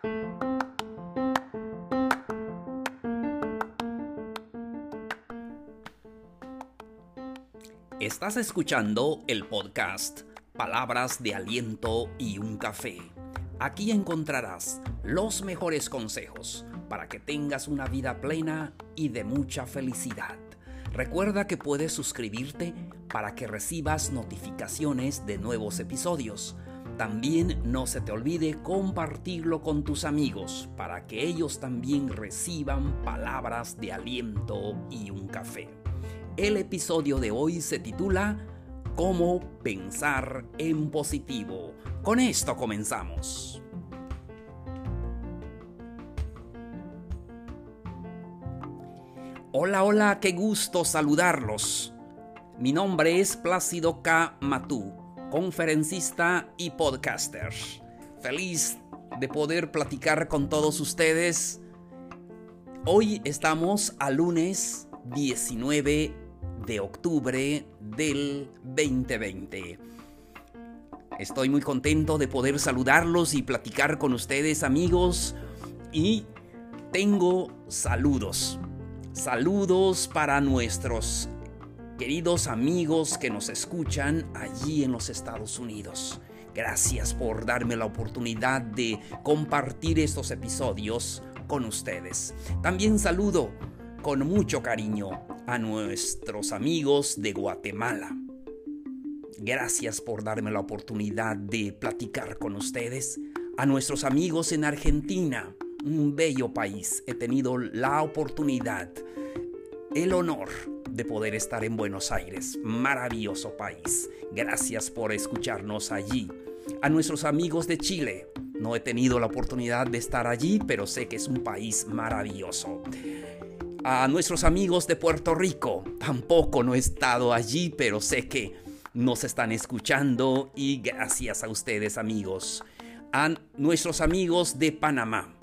Estás escuchando el podcast Palabras de Aliento y un Café. Aquí encontrarás los mejores consejos para que tengas una vida plena y de mucha felicidad. Recuerda que puedes suscribirte para que recibas notificaciones de nuevos episodios. También no se te olvide compartirlo con tus amigos para que ellos también reciban palabras de aliento y un café. El episodio de hoy se titula ¿Cómo pensar en positivo? Con esto comenzamos. Hola, qué gusto saludarlos. Mi nombre es Plácido K. Matú, conferencista y podcaster. Feliz de poder platicar con todos ustedes. Hoy estamos a lunes 19 de octubre del 2020. Estoy muy contento de poder saludarlos y platicar con ustedes, amigos, y tengo saludos para nuestros queridos amigos que nos escuchan allí en los Estados Unidos. Gracias por darme la oportunidad de compartir estos episodios con ustedes. También saludo con mucho cariño a nuestros amigos de Guatemala. Gracias por darme la oportunidad de platicar con ustedes. A nuestros amigos en Argentina, un bello país. He tenido la oportunidad, el honor de poder estar en Buenos Aires. Maravilloso país. Gracias por escucharnos allí. A nuestros amigos de Chile. No he tenido la oportunidad de estar allí, pero sé que es un país maravilloso. A nuestros amigos de Puerto Rico, tampoco no he estado allí, pero sé que nos están escuchando y gracias a ustedes, amigos. A nuestros amigos de Panamá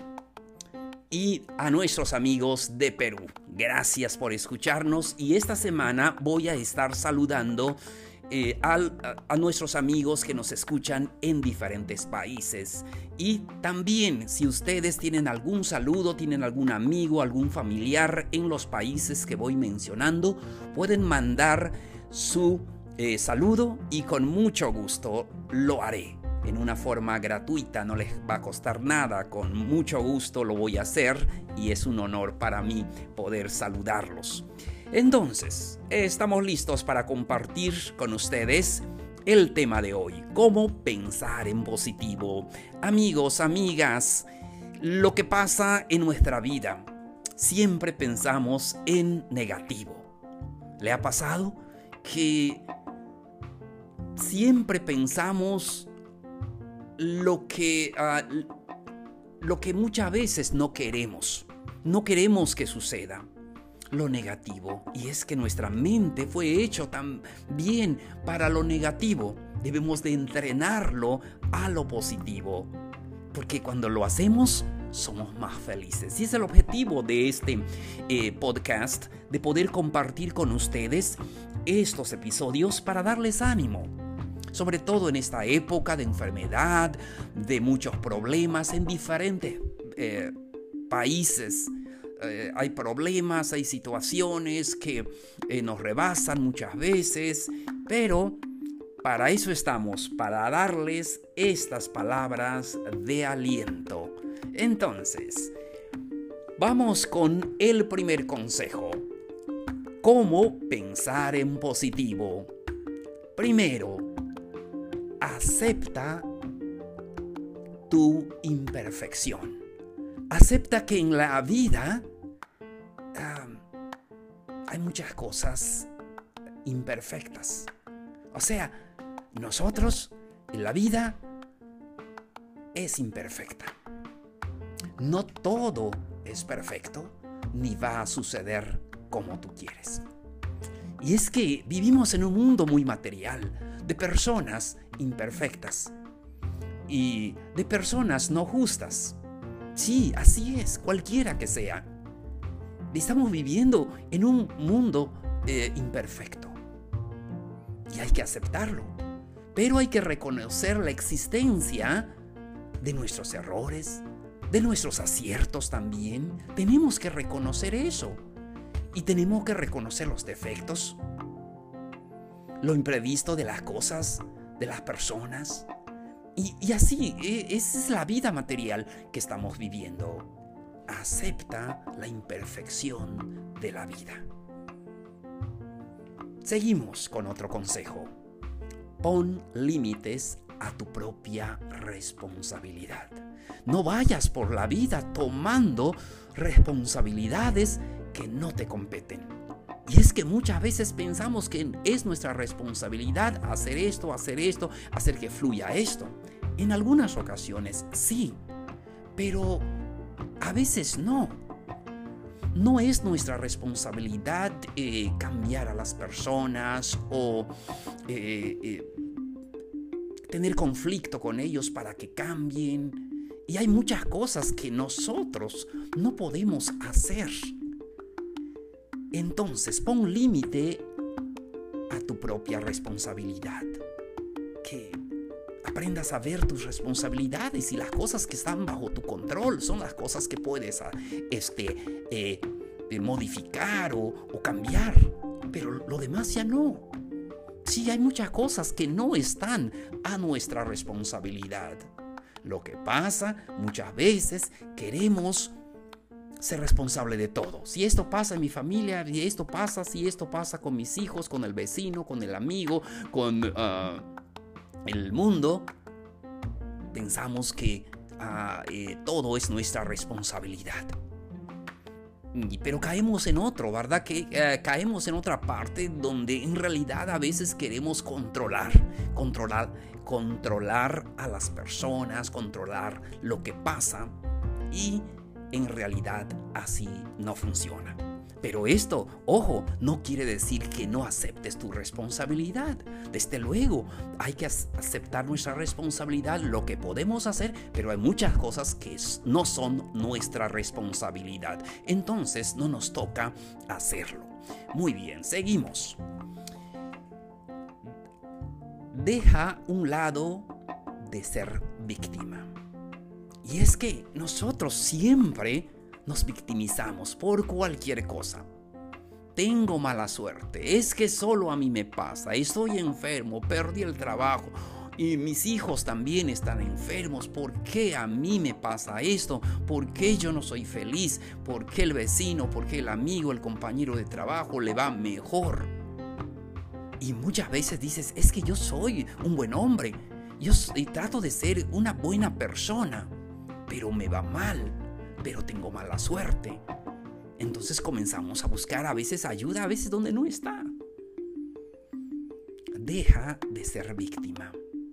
y a nuestros amigos de Perú, gracias por escucharnos. Y esta semana voy a estar saludando a nuestros amigos que nos escuchan en diferentes países. Y también, si ustedes tienen algún saludo, tienen algún amigo, algún familiar en los países que voy mencionando, pueden mandar su saludo y con mucho gusto lo haré. En una forma gratuita, no les va a costar nada, con mucho gusto lo voy a hacer y es un honor para mí poder saludarlos. Entonces, estamos listos para compartir con ustedes el tema de hoy, cómo pensar en positivo. Amigos, amigas, lo que pasa en nuestra vida, siempre pensamos en negativo. ¿Le ha pasado que siempre pensamos lo que muchas veces no queremos que suceda? Lo negativo. Y es que nuestra mente fue hecho también para lo negativo. Debemos de entrenarlo a lo positivo, porque cuando lo hacemos somos más felices. Y es el objetivo de este podcast, de poder compartir con ustedes estos episodios para darles ánimo, sobre todo en esta época de enfermedad, de muchos problemas en diferentes países. Hay problemas, hay situaciones que nos rebasan muchas veces, pero para eso estamos, para darles estas palabras de aliento. Entonces, vamos con el primer consejo. ¿Cómo pensar en positivo? Primero, acepta tu imperfección. Acepta que en la vida hay muchas cosas imperfectas. O sea, nosotros en la vida es imperfecta. No todo es perfecto, ni va a suceder como tú quieres. Y es que vivimos en un mundo muy material, de personas imperfectas y de personas no justas. Sí, así es, cualquiera que sea. Estamos viviendo en un mundo imperfecto. Y hay que aceptarlo. Pero hay que reconocer la existencia de nuestros errores, de nuestros aciertos también. Tenemos que reconocer eso. Y tenemos que reconocer los defectos, lo imprevisto de las cosas, de las personas. Y así, esa es la vida material que estamos viviendo. Acepta la imperfección de la vida. Seguimos con otro consejo. Pon límites a tu propia responsabilidad. No vayas por la vida tomando responsabilidades que no te competen. Y es que muchas veces pensamos que es nuestra responsabilidad hacer esto, hacer que fluya esto. En algunas ocasiones sí, pero a veces no. No es nuestra responsabilidad cambiar a las personas o tener conflicto con ellos para que cambien. Y hay muchas cosas que nosotros no podemos hacer. Entonces, pon límite a tu propia responsabilidad. Que aprendas a ver tus responsabilidades y las cosas que están bajo tu control son las cosas que puedes modificar o cambiar. Pero lo demás ya no. Sí, hay muchas cosas que no están a nuestra responsabilidad. Lo que pasa, muchas veces queremos ser responsable de todo. Si esto pasa en mi familia, si esto pasa con mis hijos, con el vecino, con el amigo, con el mundo, pensamos que todo es nuestra responsabilidad. Pero caemos en otro, ¿verdad? Caemos en otra parte donde en realidad a veces queremos controlar a las personas, controlar lo que pasa, y en realidad así no funciona. Pero esto, ojo, no quiere decir que no aceptes tu responsabilidad. Desde luego, hay que aceptar nuestra responsabilidad, lo que podemos hacer, pero hay muchas cosas que no son nuestra responsabilidad. Entonces, no nos toca hacerlo. Muy bien, seguimos. Deja un lado de ser víctima. Y es que nosotros siempre nos victimizamos por cualquier cosa. Tengo mala suerte, es que solo a mí me pasa, estoy enfermo, perdí el trabajo y mis hijos también están enfermos. ¿Por qué a mí me pasa esto? ¿Por qué yo no soy feliz? ¿Por qué el vecino, por qué el amigo, el compañero de trabajo le va mejor? Y muchas veces dices, es que yo soy un buen hombre, yo trato de ser una buena persona, pero me va mal. Pero tengo mala suerte. Entonces comenzamos a buscar a veces ayuda, a veces donde no está. Deja de ser víctima.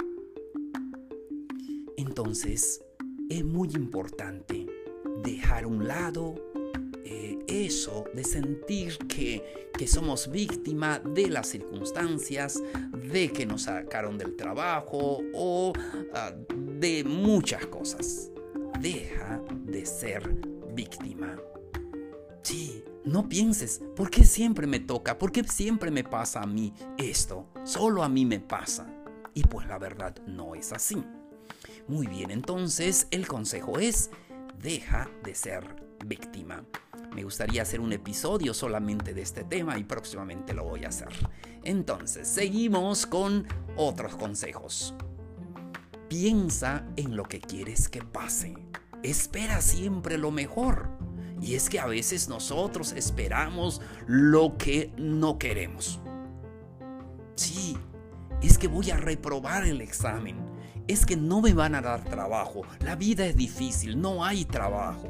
Entonces es muy importante dejar a un lado eso de sentir que somos víctima de las circunstancias, de que nos sacaron del trabajo o de muchas cosas. Deja de ser víctima. Sí, no pienses, ¿por qué siempre me toca? ¿Por qué siempre me pasa a mí esto? Solo a mí me pasa. Y pues la verdad no es así. Muy bien, entonces el consejo es, deja de ser víctima. Me gustaría hacer un episodio solamente de este tema y próximamente lo voy a hacer. Entonces, seguimos con otros consejos. Piensa en lo que quieres que pase. Espera siempre lo mejor. Y es que a veces nosotros esperamos lo que no queremos. Sí, es que voy a reprobar el examen. Es que no me van a dar trabajo. La vida es difícil, no hay trabajo.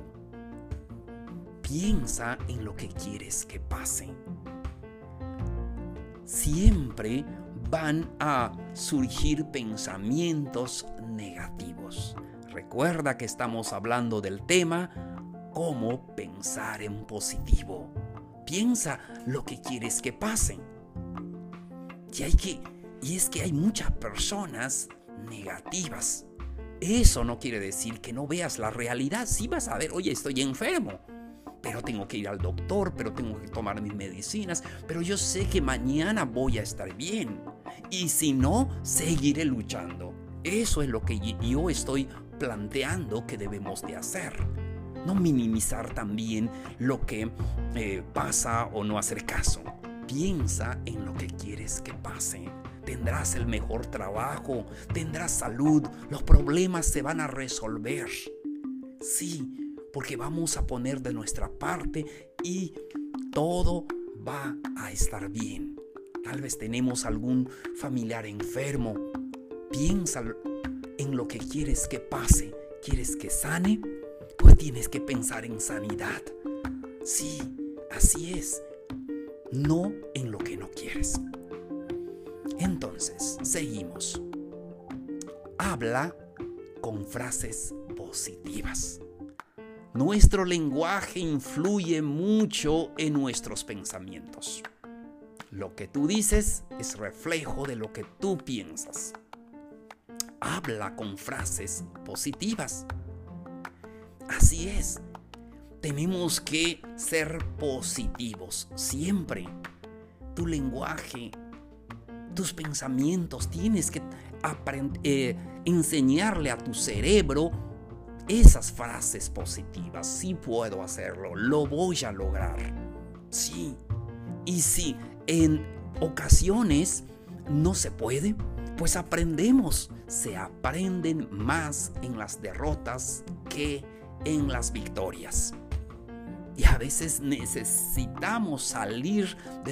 Piensa en lo que quieres que pase. Siempre van a surgir pensamientos negativos. Recuerda que estamos hablando del tema cómo pensar en positivo. Piensa lo que quieres que pase. Y es que hay muchas personas negativas. Eso no quiere decir que no veas la realidad. Sí vas a ver, oye, estoy enfermo, pero tengo que ir al doctor, pero tengo que tomar mis medicinas, pero yo sé que mañana voy a estar bien. Y si no, seguiré luchando. Eso es lo que yo estoy planteando que debemos de hacer. No minimizar también lo que pasa o no hacer caso. Piensa en lo que quieres que pase. Tendrás el mejor trabajo, tendrás salud, los problemas se van a resolver. Sí, porque vamos a poner de nuestra parte y todo va a estar bien. Tal vez tenemos algún familiar enfermo. Piensa en lo que quieres que pase. ¿Quieres que sane? Pues tienes que pensar en sanidad. Sí, así es. No en lo que no quieres. Entonces, seguimos. Habla con frases positivas. Nuestro lenguaje influye mucho en nuestros pensamientos. Lo que tú dices es reflejo de lo que tú piensas. Habla con frases positivas. Así es. Tenemos que ser positivos siempre. Tu lenguaje, tus pensamientos, tienes que enseñarle a tu cerebro esas frases positivas. Sí puedo hacerlo, lo voy a lograr. Sí. Y si en ocasiones no se puede, pues aprendemos. Se aprenden más en las derrotas que en las victorias. Y a veces necesitamos salir de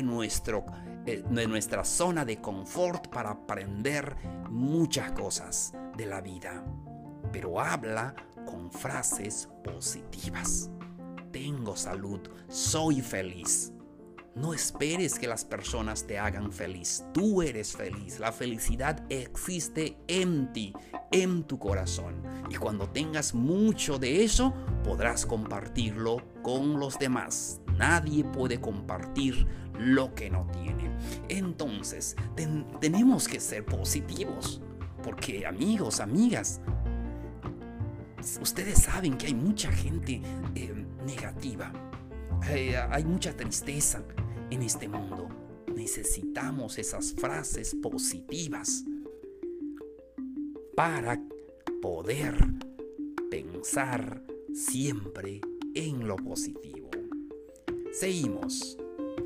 nuestra zona de confort para aprender muchas cosas de la vida. Pero habla con frases positivas. Tengo salud, soy feliz. No esperes que las personas te hagan feliz. Tú eres feliz. La felicidad existe en ti, en tu corazón. Y cuando tengas mucho de eso, podrás compartirlo con los demás. Nadie puede compartir lo que no tiene. Entonces, tenemos que ser positivos. Porque, amigos, amigas, ustedes saben que hay mucha gente negativa. Hay mucha tristeza en este mundo. Necesitamos esas frases positivas para poder pensar siempre en lo positivo. Seguimos.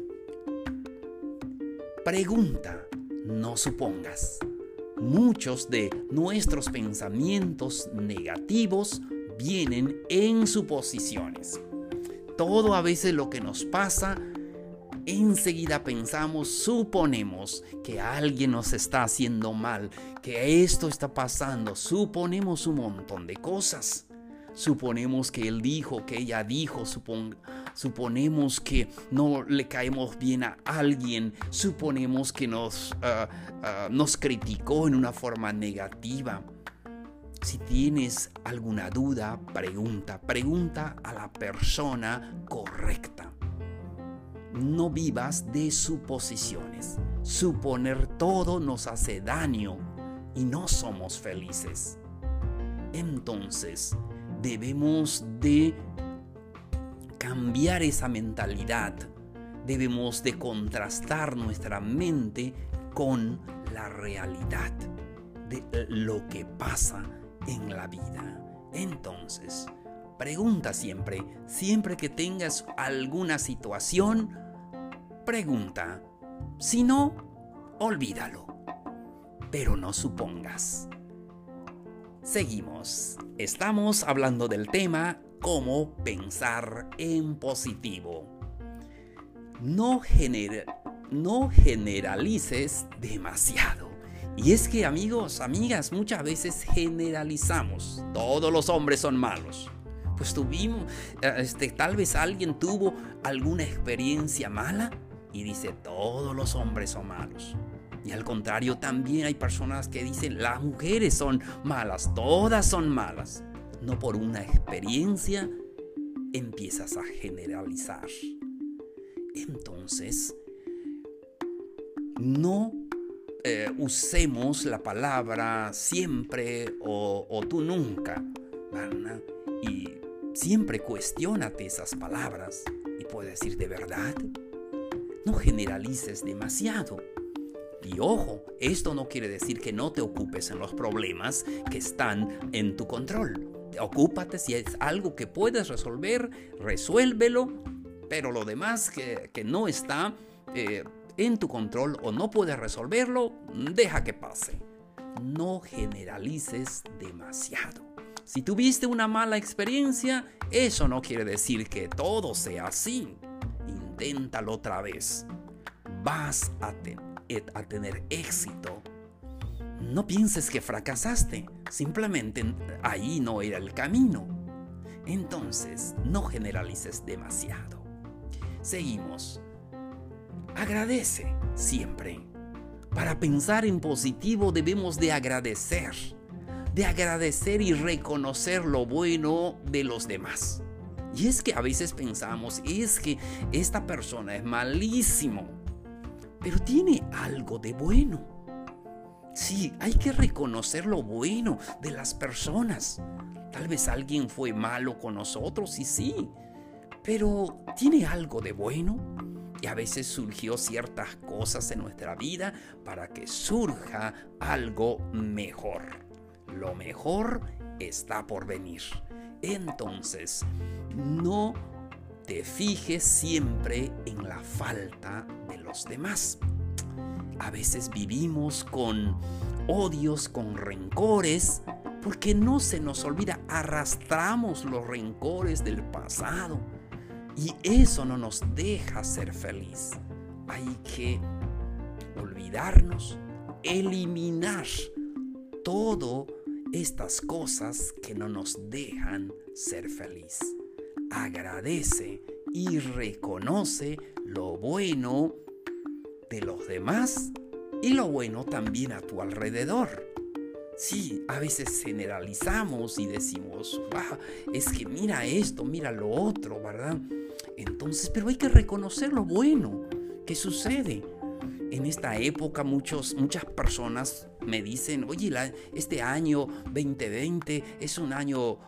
Pregunta, no supongas. Muchos de nuestros pensamientos negativos vienen en suposiciones. Todo a veces lo que nos pasa, enseguida pensamos, suponemos que alguien nos está haciendo mal, que esto está pasando, suponemos un montón de cosas. Suponemos que él dijo, que ella dijo, suponemos que no le caemos bien a alguien, suponemos que nos criticó en una forma negativa. Si tienes alguna duda, pregunta a la persona correcta. No vivas de suposiciones. Suponer todo nos hace daño y no somos felices. Entonces, debemos de cambiar esa mentalidad. Debemos de contrastar nuestra mente con la realidad de lo que pasa en la vida. Entonces, pregunta siempre que tengas alguna situación, pregunta. Si no, olvídalo. Pero no supongas. Seguimos. Estamos hablando del tema cómo pensar en positivo. No generalices demasiado. Y es que, amigos, amigas, muchas veces generalizamos. Todos los hombres son malos. Pues tal vez alguien tuvo alguna experiencia mala y dice, todos los hombres son malos. Y al contrario, también hay personas que dicen, las mujeres son malas, todas son malas. No por una experiencia empiezas a generalizar. Entonces, no usemos la palabra siempre o tú nunca, ¿verdad? Y siempre cuestiónate esas palabras y puedes decir, ¿de verdad? No generalices demasiado. Y ojo, esto no quiere decir que no te ocupes en los problemas que están en tu control. Ocúpate si es algo que puedes resolver, resuélvelo, pero lo demás que no está en tu control o no puedes resolverlo, deja que pase. No generalices demasiado. Si tuviste una mala experiencia, eso no quiere decir que todo sea así. Inténtalo otra vez. Vas a tener éxito. No pienses que fracasaste, simplemente ahí no era el camino. Entonces, no generalices demasiado. Seguimos. Agradece siempre. Para pensar en positivo debemos de agradecer y reconocer lo bueno de los demás. Y es que a veces pensamos, es que esta persona es malísimo, pero tiene algo de bueno. Sí, hay que reconocer lo bueno de las personas. Tal vez alguien fue malo con nosotros y sí, pero tiene algo de bueno. Y a veces surgió ciertas cosas en nuestra vida para que surja algo mejor. Lo mejor está por venir. Entonces, no te fijes siempre en la falta de los demás. A veces vivimos con odios, con rencores, porque no se nos olvida, arrastramos los rencores del pasado y eso no nos deja ser feliz. Hay que olvidarnos, eliminar todas estas cosas que no nos dejan ser feliz. Agradece y reconoce lo bueno de los demás y lo bueno también a tu alrededor. Sí, a veces generalizamos y decimos, es que mira esto, mira lo otro, ¿verdad? Entonces, pero hay que reconocer lo bueno que sucede. En esta época muchas personas me dicen, oye, este año 2020 es un año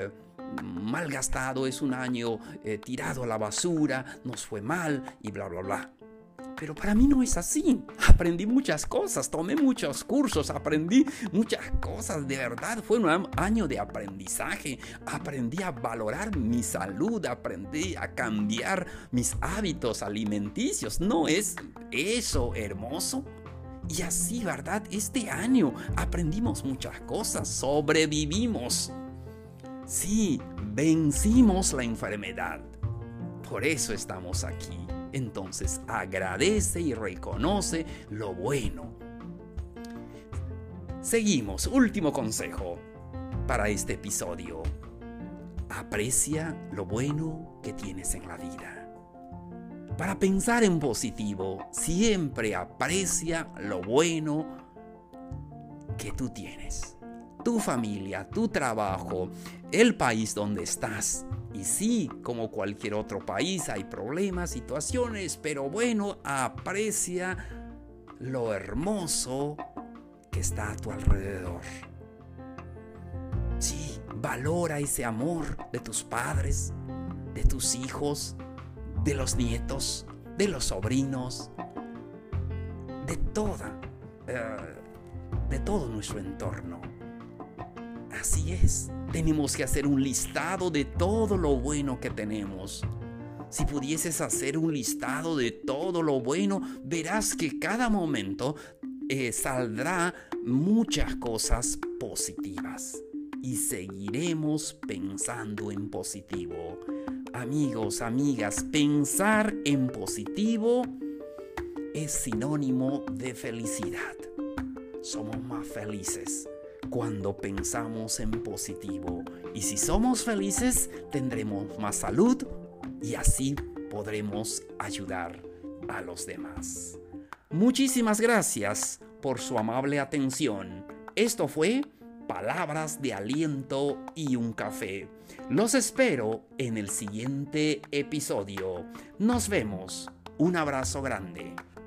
mal gastado, es un año tirado a la basura, nos fue mal y bla, bla, bla. Pero para mí no es así. Aprendí muchas cosas, tomé muchos cursos, aprendí muchas cosas. De verdad, fue un año de aprendizaje. Aprendí a valorar mi salud, aprendí a cambiar mis hábitos alimenticios. ¿No es eso hermoso? Y así, ¿verdad? Este año aprendimos muchas cosas, sobrevivimos. Sí, vencimos la enfermedad. Por eso estamos aquí. Entonces agradece y reconoce lo bueno. Seguimos, último consejo para este episodio. Aprecia lo bueno que tienes en la vida. Para pensar en positivo, siempre aprecia lo bueno que tú tienes. Tu familia, tu trabajo, el país donde estás. Y sí, como cualquier otro país, hay problemas, situaciones, pero bueno, aprecia lo hermoso que está a tu alrededor. Sí, valora ese amor de tus padres, de tus hijos, de los nietos, de los sobrinos, de todo nuestro entorno. Así es, tenemos que hacer un listado de todo lo bueno que tenemos. Si pudieses hacer un listado de todo lo bueno, verás que cada momento saldrá muchas cosas positivas y seguiremos pensando en positivo. Amigos, amigas, pensar en positivo es sinónimo de felicidad. Somos más felices cuando pensamos en positivo. Y si somos felices, tendremos más salud y así podremos ayudar a los demás. Muchísimas gracias por su amable atención. Esto fue Palabras de Aliento y un Café. Los espero en el siguiente episodio. Nos vemos. Un abrazo grande.